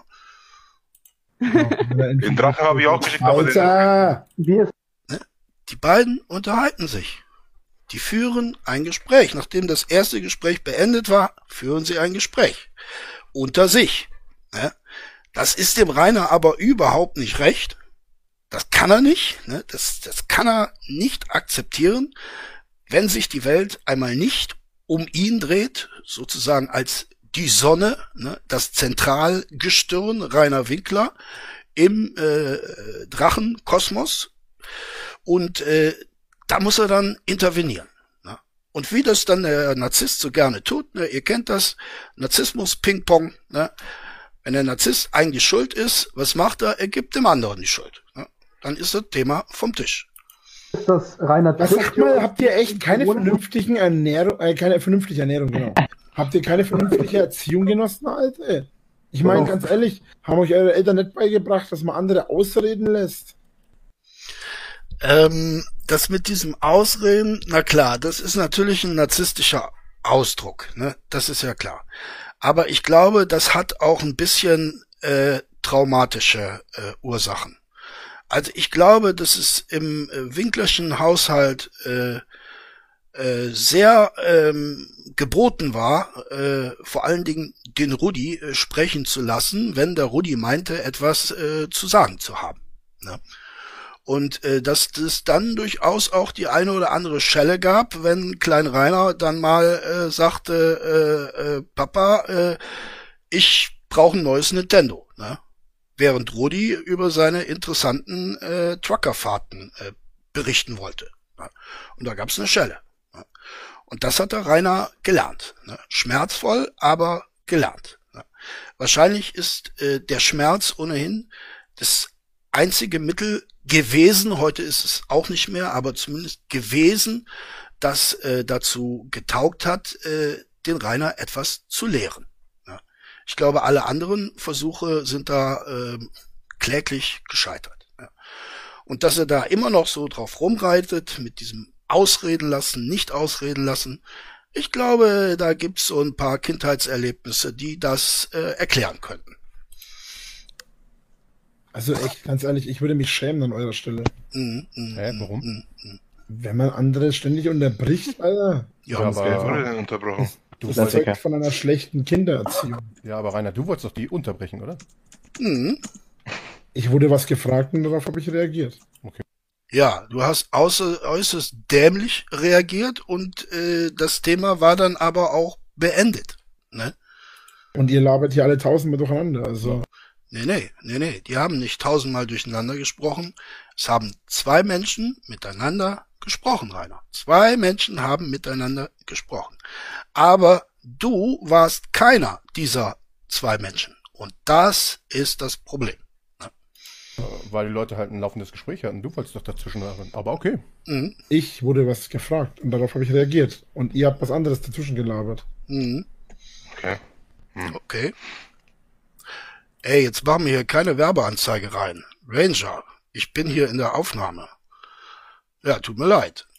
Den Drachen habe ich auch geschickt, aber den, Alter! Wie ist Die beiden unterhalten sich. Die führen ein Gespräch. Nachdem das erste Gespräch beendet war, führen sie ein Gespräch. Unter sich. Ne? Das ist dem Rainer aber überhaupt nicht recht. Das kann er nicht. Ne? Das kann er nicht akzeptieren, wenn sich die Welt einmal nicht um ihn dreht, sozusagen als die Sonne, ne? Das Zentralgestirn Rainer Winkler im Drachenkosmos. Und da muss er dann intervenieren. Ne? Und wie das dann der Narzisst so gerne tut, ne? Ihr kennt das, Narzissmus-Ping-Pong. Ne? Wenn der Narzisst eigentlich schuld ist, was macht er? Er gibt dem anderen die Schuld. Ne? Dann ist das Thema vom Tisch. das, Rainer? Was sagt mal, habt ihr echt keine vernünftige Ernährung, genau. Habt ihr keine vernünftige Erziehung genossen, Alter? Ich meine, ganz ehrlich, haben euch eure Eltern nicht beigebracht, dass man andere ausreden lässt? Das mit diesem Ausreden, na klar, das ist natürlich ein narzisstischer Ausdruck, ne? Das ist ja klar. Aber ich glaube, das hat auch ein bisschen traumatische Ursachen. Also ich glaube, dass es im Winklerschen Haushalt sehr geboten war, vor allen Dingen den Rudi sprechen zu lassen, wenn der Rudi meinte, etwas zu sagen zu haben. Ne? Und dass es dann durchaus auch die eine oder andere Schelle gab, wenn Klein Rainer dann mal sagte, Papa, ich brauche ein neues Nintendo. Ne? Während Rudi über seine interessanten Truckerfahrten berichten wollte. Ne? Und da gab's eine Schelle. Ne? Und das hat der Rainer gelernt. Ne? Schmerzvoll, aber gelernt. Ne? Wahrscheinlich ist der Schmerz ohnehin das einzige Mittel gewesen, heute ist es auch nicht mehr, aber zumindest gewesen, das dazu getaugt hat, den Rainer etwas zu lehren. Ja. Ich glaube, alle anderen Versuche sind da kläglich gescheitert. Ja. Und dass er da immer noch so drauf rumreitet, mit diesem Ausreden lassen, nicht ausreden lassen, ich glaube, da gibt's so ein paar Kindheitserlebnisse, die das erklären könnten. Also echt, ganz ehrlich, ich würde mich schämen an eurer Stelle. Warum? Wenn man andere ständig unterbricht, Alter. Ja, Ja, Wer wurde aber, denn unterbrochen? du Das wolltest, zeugt von einer schlechten Kindererziehung. ja, aber Rainer, du wolltest doch die unterbrechen, oder? Ich wurde was gefragt und darauf habe ich reagiert. Ja, du hast äußerst dämlich reagiert und das Thema war dann aber auch beendet. Ne? Und ihr labert hier alle tausendmal durcheinander. Also, Nee, die haben nicht tausendmal durcheinander gesprochen. Es haben zwei Menschen miteinander gesprochen, Rainer. Zwei Menschen haben miteinander gesprochen. Aber du warst keiner dieser zwei Menschen. Und das ist das Problem. Weil die Leute halt ein laufendes Gespräch hatten. Du wolltest doch dazwischen hören. Aber okay. Mhm. ich wurde was gefragt und darauf habe ich reagiert. Und ihr habt was anderes dazwischen gelabert. Mhm. Okay. Okay. Ey, jetzt machen wir hier keine Werbeanzeige rein. Ranger, ich bin hier in der Aufnahme. Ja, tut mir leid.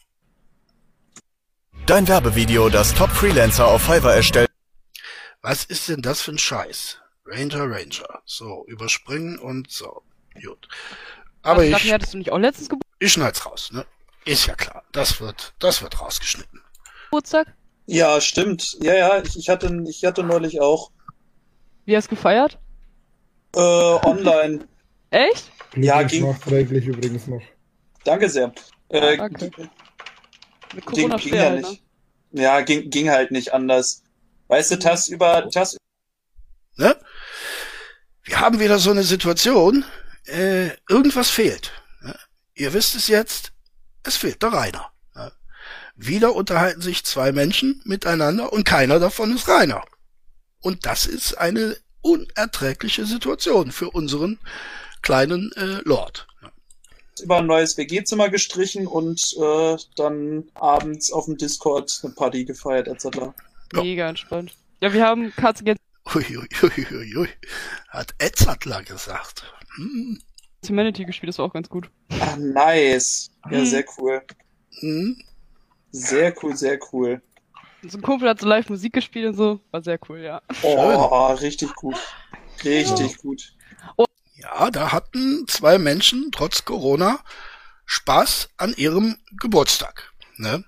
Dein Werbevideo, das Top-Freelancer auf Fiverr erstellt. Was ist denn das für ein Scheiß? Ranger. So, überspringen und so. Gut. Aber Sachen hattest du nicht auch letztens ich schneid's raus, ne? Ist ja klar. Das wird rausgeschnitten. Geburtstag? Ja, stimmt. Ja, ich hatte neulich auch Wie hast du gefeiert? online. Echt? Ja, Glückwunsch nachträglich übrigens noch. Danke sehr. Danke. Mit Corona Ging schwer ja halt, nicht. Ja, ging halt nicht anders. Weißt du, Tass über Tass. Ne? Wir haben wieder so eine Situation, irgendwas fehlt. Ne? Ihr wisst es jetzt, es fehlt der Rainer. Ne? Wieder unterhalten sich zwei Menschen miteinander und keiner davon ist Rainer. Und das ist eine unerträgliche Situation für unseren kleinen Lord. Ne? Über ein neues WG-Zimmer gestrichen und dann abends auf dem Discord eine Party gefeiert etc. Mega entspannt. Ja, wir haben Cards Against Uiuiuiui, hat Edzardler gesagt. Humanity gespielt, das war auch ganz gut. Ah, nice. Ja, sehr cool. Hm? Sehr cool. So ein Kumpel hat so live Musik gespielt und so, war sehr cool, ja. Oh, richtig gut. Gut. Ja, da hatten zwei Menschen trotz Corona Spaß an ihrem Geburtstag. Ne?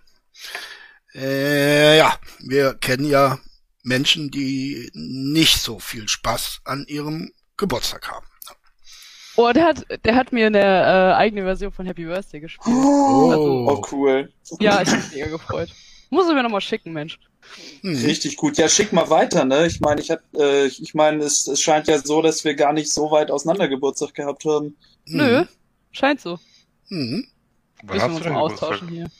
Ja, wir kennen ja Menschen, die nicht so viel Spaß an ihrem Geburtstag haben. Oh, der hat mir eine eigene Version von Happy Birthday gespielt. Oh, cool. Ja, ich hab mega gefreut. Muss er mir nochmal schicken, Mensch. Richtig gut. Ja, schick mal weiter, ne? Ich meine, es scheint ja so, dass wir gar nicht so weit auseinander Geburtstag gehabt haben. Nö, scheint so. Mhm. Wann Müssen hast wir du uns denn mal Geburtstag? austauschen hier.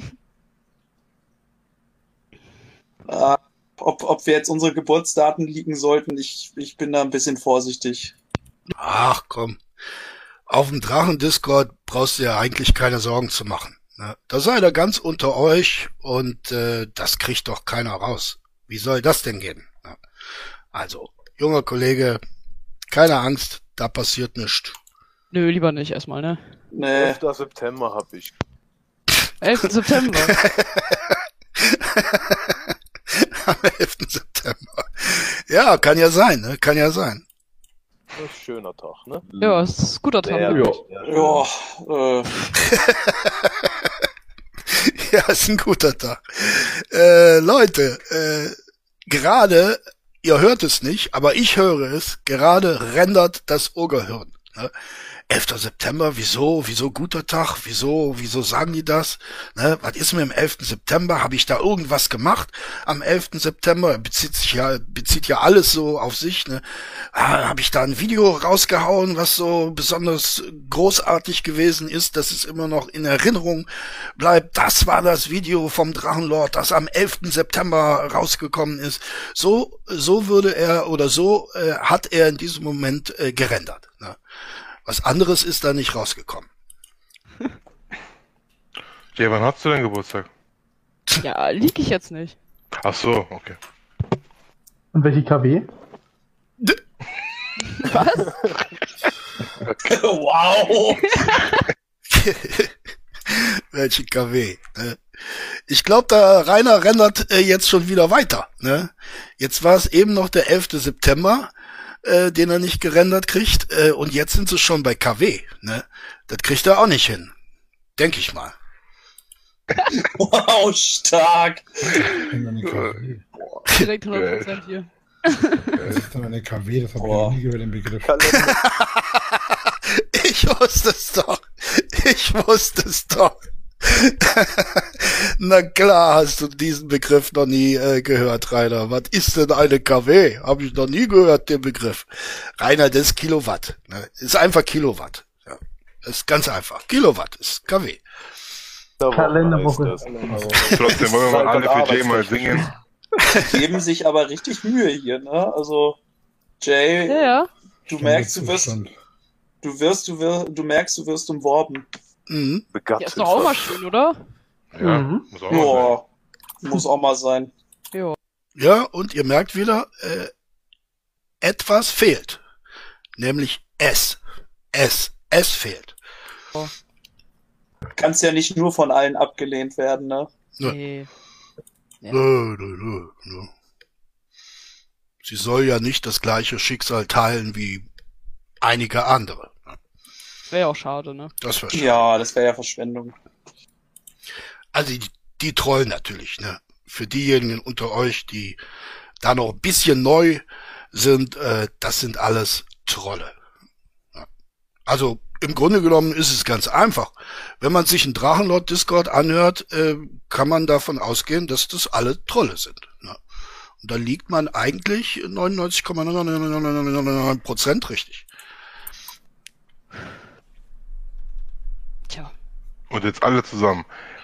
Ob wir jetzt unsere Geburtsdaten liegen sollten, ich bin da ein bisschen vorsichtig. Ach komm, auf dem Drachen-Discord brauchst du ja eigentlich keine Sorgen zu machen. Ne? Da seid ihr ganz unter euch und das kriegt doch keiner raus. Wie soll das denn gehen? Ne? Also, junger Kollege, keine Angst, da passiert nichts. Nö, lieber nicht erstmal, ne? Nee. 11. September hab ich. 11. September. Am 11. September. Ja, kann ja sein, ne? Kann ja sein. Das ist ein schöner Tag, ne? Ja, es ist ein guter Tag. Ja, Ja, ist ein guter Tag. Leute, gerade, ihr hört es nicht, aber ich höre es, gerade rendert das Ohrgehirn. Ne? 11. September, wieso guter Tag, wieso sagen die das? Ne, was ist mir am 11. September? Habe ich da irgendwas gemacht am 11. September? Bezieht ja alles so auf sich, ne? Habe ich da ein Video rausgehauen, was so besonders großartig gewesen ist, dass es immer noch in Erinnerung bleibt? Das war das Video vom Drachenlord, das am 11. September rausgekommen ist. So würde er oder so hat er in diesem Moment gerendert, ne? Was anderes ist da nicht rausgekommen. Ja, wann hast du denn Geburtstag? Ja, lieg ich jetzt nicht. Ach so, okay. Und welche KW? Was? Wow! Welche KW, ne? Ich glaube, der Rainer rendert jetzt schon wieder weiter, ne? Jetzt war es eben noch der 11. September, den er nicht gerendert kriegt, und jetzt sind sie schon bei KW, ne? Das kriegt er auch nicht hin. Denke ich mal. Wow, stark! Direkt 100% hier. Das ist dann eine KW, das habe ich noch nie gehört, den Begriff. Ich wusste es doch. Na klar hast du diesen Begriff noch nie gehört, Rainer. Was ist denn eine KW? Habe ich noch nie gehört, den Begriff. Rainer, das ist Kilowatt. Ne? Ist einfach Kilowatt. Ja. Ist ganz einfach. Kilowatt ist KW. Kalenderwoche. Trotzdem wollen wir mal alle für Jay mal singen. Geben sich aber richtig Mühe hier, ne? Also, Jay, Ja. du merkst, du wirst umworben. Mhm. Ja, ist doch auch mal schön, oder? Ja, muss auch mal sein. Ja, muss auch mal sein. Ja. Ja, und ihr merkt wieder, etwas fehlt. Nämlich S. S fehlt. Kannst ja nicht nur von allen abgelehnt werden, ne? Nee. Ja. Nö. Sie soll ja nicht das gleiche Schicksal teilen wie einige andere. Wäre ja auch schade, ne? Das wäre schade. Ja, das wäre ja Verschwendung. Also die trollen natürlich, ne? Für diejenigen unter euch, die da noch ein bisschen neu sind, das sind alles Trolle. Ja. Also im Grunde genommen ist es ganz einfach. Wenn man sich einen Drachenlord-Discord anhört, kann man davon ausgehen, dass das alle Trolle sind. Ne? Und da liegt man eigentlich 99,999% richtig. Tja. Und jetzt alle zusammen.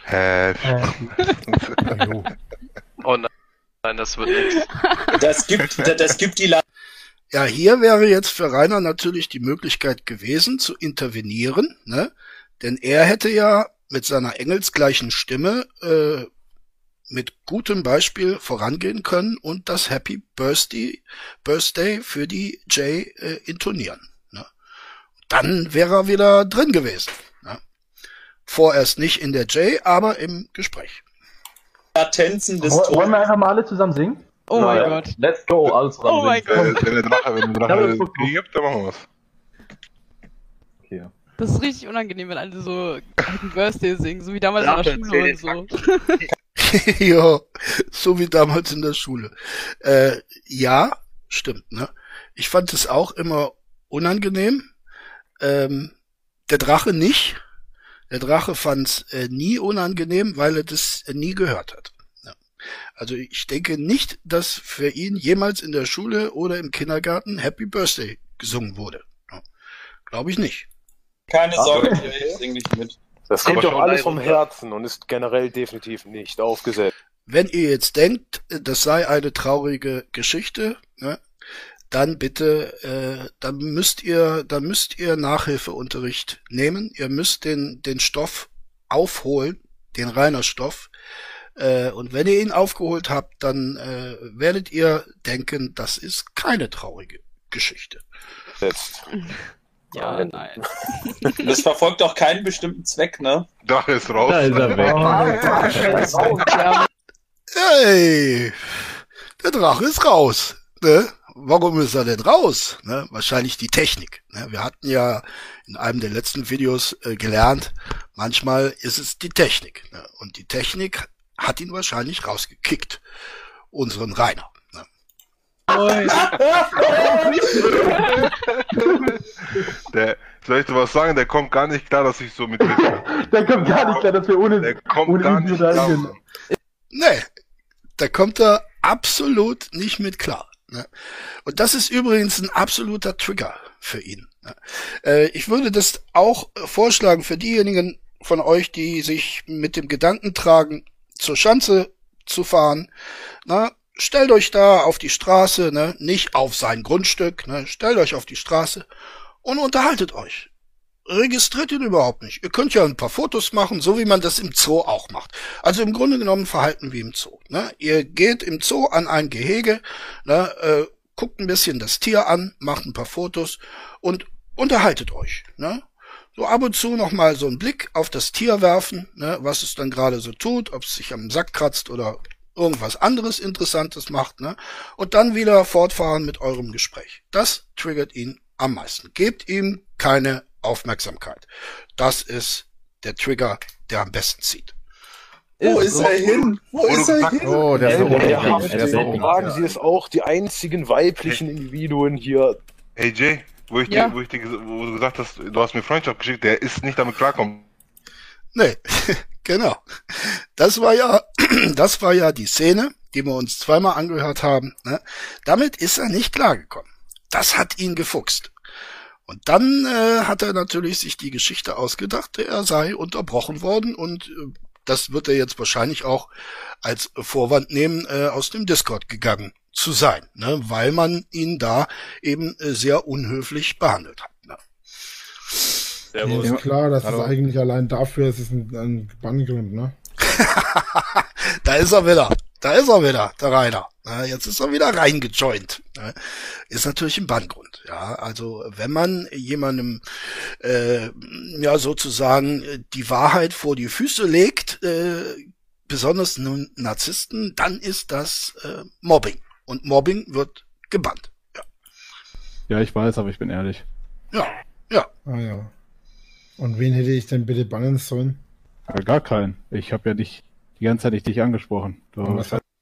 Oh nein, das wird nichts. Das gibt die Ja, hier wäre jetzt für Rainer natürlich die Möglichkeit gewesen, zu intervenieren, ne? Denn er hätte ja mit seiner engelsgleichen Stimme mit gutem Beispiel vorangehen können und das Happy Birthday für die Jay intonieren. Ne? Dann wäre er wieder drin gewesen. Ne? Vorerst nicht in der Jay, aber im Gespräch. Latenzen des Wollen wir einfach mal alle zusammen singen? Oh mein Gott. Let's go, alles ran. Oh mein Gott. Wenn der Drache gibt, dann machen wir was. Okay. Das ist richtig unangenehm, wenn alle so Happy Birthday singen, so wie damals in der Schule und so. Ja, so wie damals in der Schule. Ja, stimmt, ne? Ich fand es auch immer unangenehm. Der Drache nicht. Der Drache fand es nie unangenehm, weil er das nie gehört hat. Ja. Also ich denke nicht, dass für ihn jemals in der Schule oder im Kindergarten Happy Birthday gesungen wurde. Ja. Glaube ich nicht. Keine Sorge, ich singe nicht mit. Das kommt doch alles vom Herzen und ist generell definitiv nicht aufgesetzt. Wenn ihr jetzt denkt, das sei eine traurige Geschichte, ne, dann bitte, dann müsst ihr Nachhilfeunterricht nehmen. Ihr müsst den Stoff aufholen, den Rainer Stoff. Und wenn ihr ihn aufgeholt habt, dann werdet ihr denken, das ist keine traurige Geschichte. Ja, nein. Das verfolgt auch keinen bestimmten Zweck, ne? Drache ist raus. Da ist er weg. Hey, der Drache ist raus. Ne? Warum ist er denn raus? Ne? Wahrscheinlich die Technik. Ne? Wir hatten ja in einem der letzten Videos gelernt, manchmal ist es die Technik. Ne? Und die Technik hat ihn wahrscheinlich rausgekickt. Unseren Rainer. Ne? Soll ich dir was sagen? Der kommt gar nicht klar, dass ich so mit bin. Der kommt gar nicht klar, dass wir ohne ihn nicht klar. Nee, da kommt er absolut nicht mit klar. Ne? Und das ist übrigens ein absoluter Trigger für ihn. Ne? Ich würde das auch vorschlagen für diejenigen von euch, die sich mit dem Gedanken tragen, zur Schanze zu fahren. Na, stellt euch da auf die Straße, ne? Nicht auf sein Grundstück, ne? Stellt euch auf die Straße und unterhaltet euch. Registriert ihn überhaupt nicht. Ihr könnt ja ein paar Fotos machen, so wie man das im Zoo auch macht. Also im Grunde genommen verhalten wie im Zoo. Ne? Ihr geht im Zoo an ein Gehege, ne? Guckt ein bisschen das Tier an, macht ein paar Fotos und unterhaltet euch. Ne? So ab und zu noch mal so einen Blick auf das Tier werfen, ne? Was es dann gerade so tut, ob es sich am Sack kratzt oder irgendwas anderes Interessantes macht. Ne? Und dann wieder fortfahren mit eurem Gespräch. Das triggert ihn am meisten. Gebt ihm keine Aufmerksamkeit. Das ist der Trigger, der am besten zieht. Wo ist er hin? Wo ist er hin? Oh, der Sagen Sie es auch, die einzigen weiblichen Individuen hier. Hey Jay, wo du gesagt hast, du hast mir Freundschaft geschickt, der ist nicht damit klarkommen. Nee, genau. Das war ja die Szene, die wir uns zweimal angehört haben. Ne? Damit ist er nicht klargekommen. Das hat ihn gefuchst. Und dann hat er natürlich sich die Geschichte ausgedacht, er sei unterbrochen worden und das wird er jetzt wahrscheinlich auch als Vorwand nehmen, aus dem Discord gegangen zu sein, ne? Weil man ihn da eben sehr unhöflich behandelt hat. Ne? Ja, ist klar, das ist eigentlich allein dafür, es ist ein Banngrund, ne? Da ist er wieder, der Rainer. Jetzt ist er wieder reingejoint. Ist natürlich ein Banngrund. Ja, also wenn man jemandem ja sozusagen die Wahrheit vor die Füße legt, besonders nun Narzissten, dann ist das Mobbing. Und Mobbing wird gebannt. Ja. Ja, ich weiß, aber ich bin ehrlich. Ja, ja. Ah ja. Und wen hätte ich denn bitte bannen sollen? Ja, gar keinen. Ich habe ja nicht die ganze Zeit nicht dich angesprochen. Nö.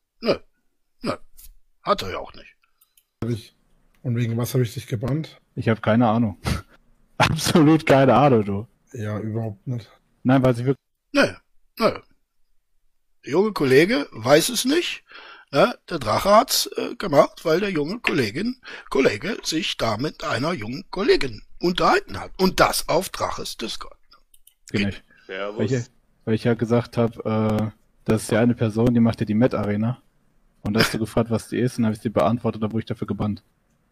Hat er ja auch nicht. Und wegen was habe ich dich gebannt? Ich habe keine Ahnung. Absolut keine Ahnung, du. Ja, überhaupt nicht. Nein, weil sie wirklich... Nö. Der junge Kollege weiß es nicht. Ne? Der Drache hat's gemacht, weil der junge Kollege sich da mit einer jungen Kollegin unterhalten hat. Und das auf Draches Discord. Genau. Weil ich ja gesagt habe, das ist ja eine Person, die macht ja die Met Arena. Und da hast du gefragt, was die ist, und dann habe ich dir beantwortet, da wurde ich dafür gebannt.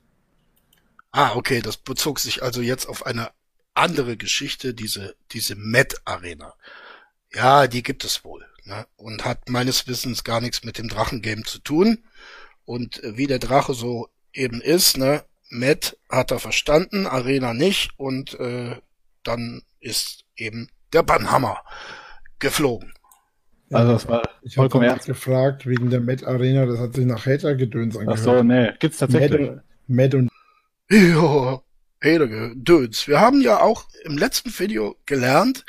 Ah, okay, das bezog sich also jetzt auf eine andere Geschichte, diese Met Arena. Ja, die gibt es wohl, ne? Und hat meines Wissens gar nichts mit dem Drachengame zu tun. Und wie der Drache so eben ist, ne? Met hat er verstanden, Arena nicht, und dann ist eben der Bannhammer geflogen. Ja, also das war vollkommen ernst gefragt wegen der Met Arena, das hat sich nach Hater-Gedöns angehört. Ach so, nee, gibt's tatsächlich. Met und ja, Hater-Gedöns. Wir haben ja auch im letzten Video gelernt,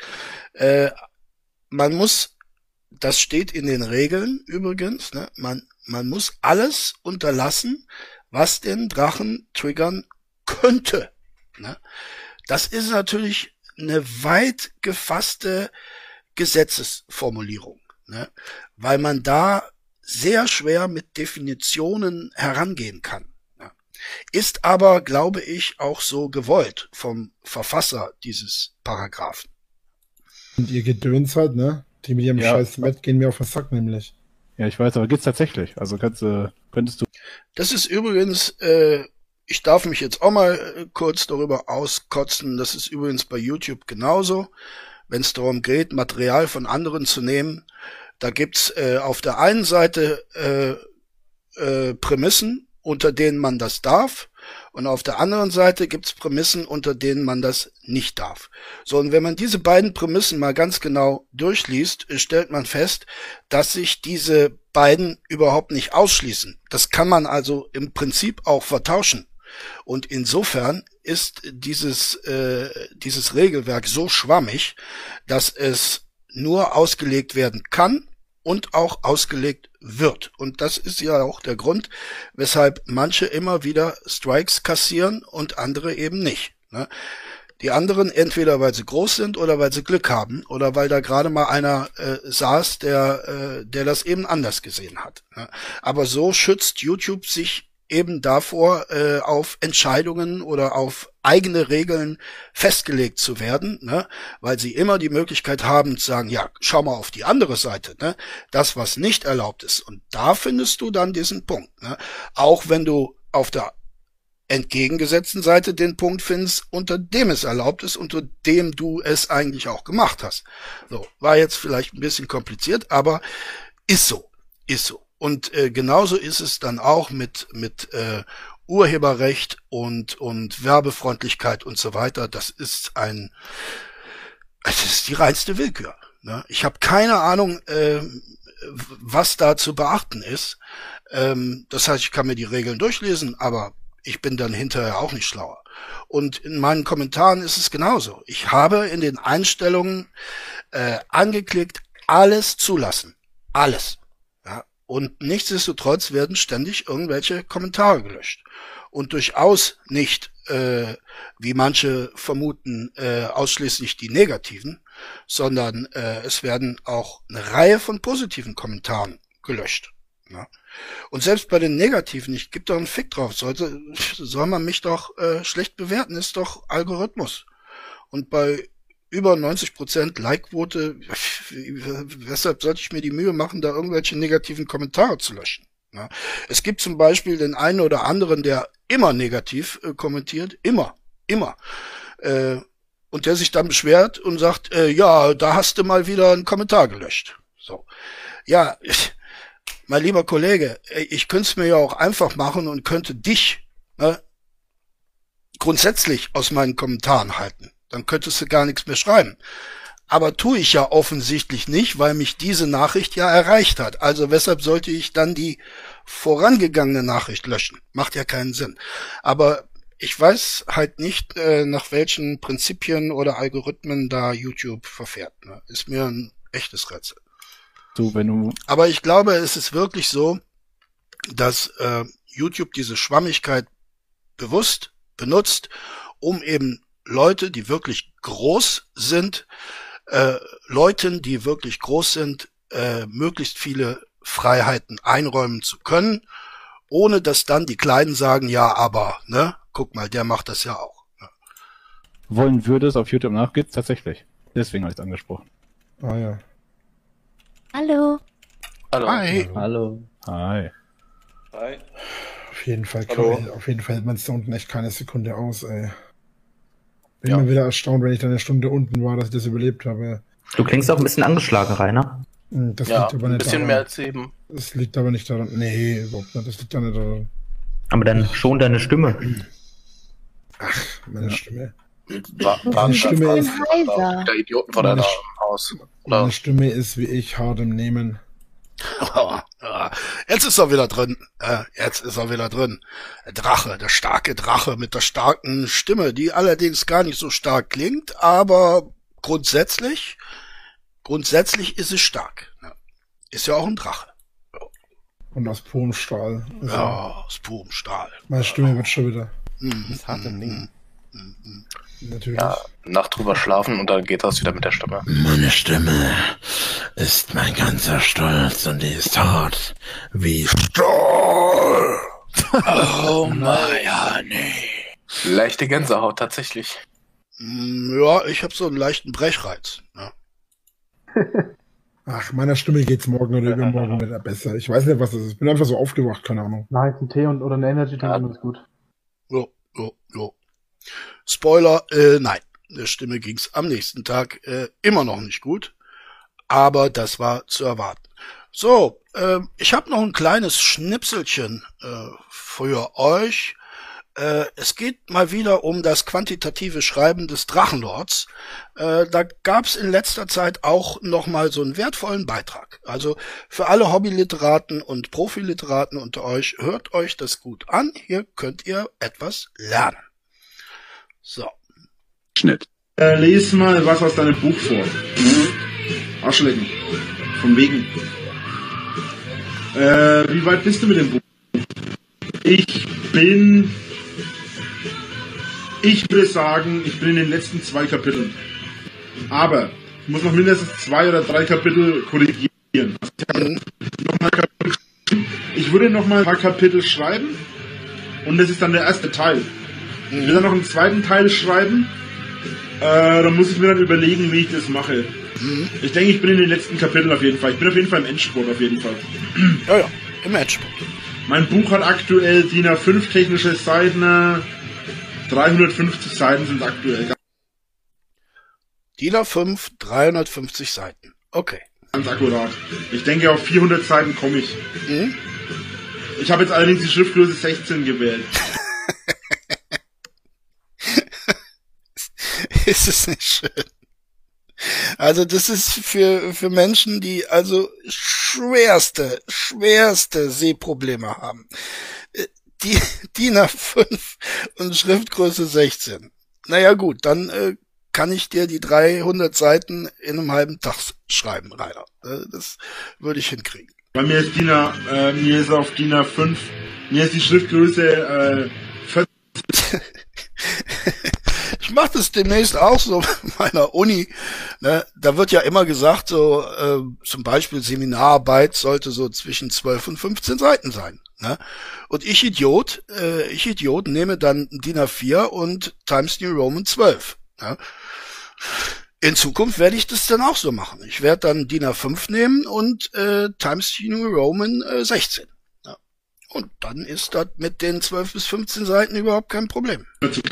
man muss, das steht in den Regeln übrigens, ne, man muss alles unterlassen, was den Drachen triggern könnte. Ne? Das ist natürlich eine weit gefasste Gesetzesformulierung, ne? Weil man da sehr schwer mit Definitionen herangehen kann. Ne? Ist aber, glaube ich, auch so gewollt vom Verfasser dieses Paragraphen. Und ihr Gedöns halt, ne? Die mit ihrem scheiß Met gehen mir auf den Sack nämlich. Ja, ich weiß, aber geht's tatsächlich? Also könntest du... Das ist übrigens, ich darf mich jetzt auch mal kurz darüber auskotzen, das ist übrigens bei YouTube genauso. Wenn es darum geht, Material von anderen zu nehmen, da gibt's auf der einen Seite Prämissen, unter denen man das darf, und auf der anderen Seite gibt's Prämissen, unter denen man das nicht darf. So, und wenn man diese beiden Prämissen mal ganz genau durchliest, stellt man fest, dass sich diese beiden überhaupt nicht ausschließen. Das kann man also im Prinzip auch vertauschen. Und insofern ist dieses Regelwerk so schwammig, dass es nur ausgelegt werden kann, und auch ausgelegt wird. Und das ist ja auch der Grund, weshalb manche immer wieder Strikes kassieren und andere eben nicht. Ne? Die anderen entweder, weil sie groß sind oder weil sie Glück haben oder weil da gerade mal einer saß, der das eben anders gesehen hat. Ne? Aber so schützt YouTube sich eben davor, auf Entscheidungen oder auf eigene Regeln festgelegt zu werden, ne? Weil sie immer die Möglichkeit haben zu sagen, ja, schau mal auf die andere Seite, ne? Das, was nicht erlaubt ist. Und da findest du dann diesen Punkt. Ne? Auch wenn du auf der entgegengesetzten Seite den Punkt findest, unter dem es erlaubt ist, unter dem du es eigentlich auch gemacht hast. So, war jetzt vielleicht ein bisschen kompliziert, aber ist so. Und genauso ist es dann auch mit Urheberrecht und Werbefreundlichkeit und so weiter. Das ist die reinste Willkür. Ne? Ich habe keine Ahnung, was da zu beachten ist. Das heißt, ich kann mir die Regeln durchlesen, aber ich bin dann hinterher auch nicht schlauer. Und in meinen Kommentaren ist es genauso. Ich habe in den Einstellungen angeklickt, alles zulassen. Alles. Ja? Und nichtsdestotrotz werden ständig irgendwelche Kommentare gelöscht. Und durchaus nicht, wie manche vermuten, ausschließlich die negativen, sondern es werden auch eine Reihe von positiven Kommentaren gelöscht. Ja? Und selbst bei den Negativen, ich gebe doch einen Fick drauf, soll man mich doch schlecht bewerten, ist doch Algorithmus. Und bei über 90% Like-Quote, weshalb sollte ich mir die Mühe machen, da irgendwelche negativen Kommentare zu löschen? Ja? Es gibt zum Beispiel den einen oder anderen, der immer negativ kommentiert, immer. Und der sich dann beschwert und sagt, ja, da hast du mal wieder einen Kommentar gelöscht. So, ja, mein lieber Kollege, ich könnte es mir ja auch einfach machen und könnte dich grundsätzlich aus meinen Kommentaren halten. Dann könntest du gar nichts mehr schreiben. Aber tue ich ja offensichtlich nicht, weil mich diese Nachricht ja erreicht hat. Also weshalb sollte ich dann die vorangegangene Nachricht löschen? Macht ja keinen Sinn. Aber ich weiß halt nicht, nach welchen Prinzipien oder Algorithmen da YouTube verfährt. Ne? Ist mir ein echtes Rätsel. So, Aber ich glaube, es ist wirklich so, dass YouTube diese Schwammigkeit bewusst benutzt, um eben Leute, die wirklich groß sind, möglichst viele Freiheiten einräumen zu können, ohne dass dann die Kleinen sagen, ja, aber, ne, guck mal, der macht das ja auch. Ne? Wollen wir das auf YouTube nachgeht? Tatsächlich. Deswegen habe ich es angesprochen. Ah ja. Hallo. Hi. Hallo. Hi. Hi. Auf jeden Fall hält man es da unten echt keine Sekunde aus, ey. Bin immer wieder erstaunt, wenn ich dann eine Stunde unten war, dass ich das überlebt habe. Du klingst auch ein bisschen angeschlagen, Rainer. Das ja, liegt aber nicht ein bisschen daran. mehr als eben. Das liegt aber nicht daran. Nee, überhaupt nicht. Das liegt da nicht daran. Aber dann schon deine Stimme. Ach, meine Stimme. Meine Stimme ist der Idioten vor deinem Haus. Meine Stimme ist wie ich, hart im Nehmen. Jetzt ist er wieder drin. Der Drache, der starke Drache mit der starken Stimme, die allerdings gar nicht so stark klingt, aber grundsätzlich ist es stark. Ist ja auch ein Drache. Und aus purem Stahl. Also, ja, aus purem Stahl. Meine Stimme wird schon wieder. Das hart im Nehmen. Natürlich. Ja, Nacht drüber schlafen und dann geht das wieder mit der Stimme. Meine Stimme ist mein ganzer Stolz und die ist hart wie Stahl. Oh Marianne. Leichte Gänsehaut, tatsächlich. Ja, ich habe so einen leichten Brechreiz. Ja. Ach, meiner Stimme geht's morgen oder übermorgen wieder besser. Ich weiß nicht, was das ist. Ich bin einfach so aufgewacht, keine Ahnung. Na, jetzt ein Tee oder eine Energy-Drink ist gut. Jo. Spoiler, nein. Der Stimme ging's am nächsten Tag immer noch nicht gut. Aber das war zu erwarten. So, ich habe noch ein kleines Schnipselchen für euch. Es geht mal wieder um das quantitative Schreiben des Drachenlords. Da gab's in letzter Zeit auch noch mal so einen wertvollen Beitrag. Also für alle Hobbyliteraten und Profiliteraten unter euch, hört euch das gut an. Hier könnt ihr etwas lernen. So. Schnitt. Lies mal was aus deinem Buch vor. Arschlecken. Von wegen. Wie weit bist du mit dem Buch? Ich würde sagen, ich bin in den letzten 2 Kapiteln. Aber ich muss noch mindestens 2 oder 3 Kapitel korrigieren. Ich würde noch mal ein paar Kapitel schreiben und das ist dann der erste Teil. Ich will dann noch einen zweiten Teil schreiben. Da muss ich mir dann überlegen, wie ich das mache. Ich denke, ich bin in den letzten Kapiteln auf jeden Fall. Ich bin auf jeden Fall im Endspurt auf jeden Fall. Ja, im Endspurt. Mein Buch hat aktuell DIN A5 technische Seiten. 350 Seiten sind aktuell. DIN A5, 350 Seiten. Okay. Ganz akkurat. Ich denke, auf 400 Seiten komme ich. Ich habe jetzt allerdings die Schriftgröße 16 gewählt. Ist es nicht schön? Also das ist für Menschen, die also schwerste Sehprobleme haben. Die DIN A5 und Schriftgröße 16. Naja gut, dann kann ich dir die 300 Seiten in einem halben Tag schreiben, Rainer. Das würde ich hinkriegen. Bei mir ist mir ist auf DIN A5, mir ist die Schriftgröße 40. Ich mache das demnächst auch so bei meiner Uni. Ne? Da wird ja immer gesagt, so zum Beispiel Seminararbeit sollte so zwischen 12 und 15 Seiten sein. Ne? Und ich Idiot nehme dann DIN A4 und Times New Roman 12. Ne? In Zukunft werde ich das dann auch so machen. Ich werde dann DIN A5 nehmen und Times New Roman 16. Ja. Und dann ist das mit den 12 bis 15 Seiten überhaupt kein Problem.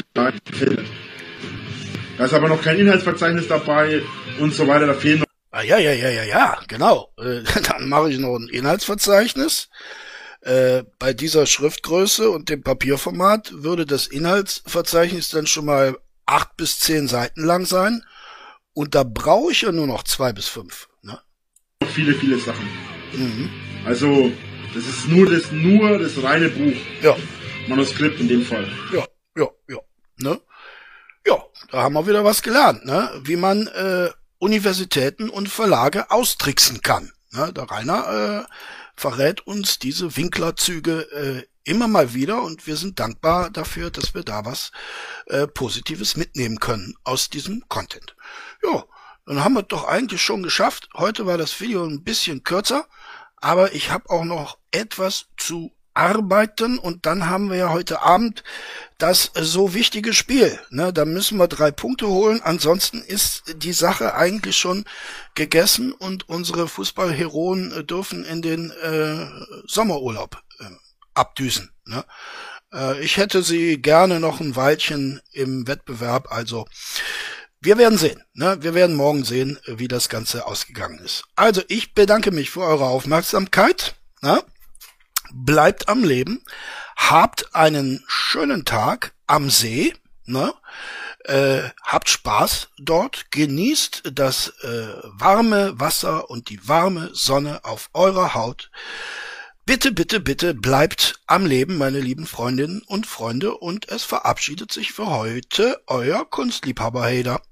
Da ist aber noch kein Inhaltsverzeichnis dabei und so weiter, da fehlen noch. Ah, ja, genau. Dann mache ich noch ein Inhaltsverzeichnis. Bei dieser Schriftgröße und dem Papierformat würde das Inhaltsverzeichnis dann schon mal 8 bis 10 Seiten lang sein. Und da brauche ich ja nur noch 2 bis 5. Ne? Viele Sachen. Also, das ist nur das reine Buch. Ja. Manuskript in dem Fall. Ja. Ne? Ja, da haben wir wieder was gelernt, ne? Wie man Universitäten und Verlage austricksen kann. Ne? Der Rainer verrät uns diese Winklerzüge immer mal wieder und wir sind dankbar dafür, dass wir da was Positives mitnehmen können aus diesem Content. Ja, dann haben wir doch eigentlich schon geschafft. Heute war das Video ein bisschen kürzer, aber ich habe auch noch etwas zu arbeiten und dann haben wir ja heute Abend das so wichtige Spiel. Ne? Da müssen wir 3 Punkte holen, ansonsten ist die Sache eigentlich schon gegessen und unsere Fußballheroen dürfen in den Sommerurlaub abdüsen. Ne? Ich hätte sie gerne noch ein Weilchen im Wettbewerb, also wir werden sehen. Ne? Wir werden morgen sehen, wie das Ganze ausgegangen ist. Also ich bedanke mich für eure Aufmerksamkeit. Ne? Bleibt am Leben, habt einen schönen Tag am See, ne? Habt Spaß dort, genießt das warme Wasser und die warme Sonne auf eurer Haut. Bitte, bitte, bitte bleibt am Leben, meine lieben Freundinnen und Freunde, und es verabschiedet sich für heute euer Kunstliebhaber Hader.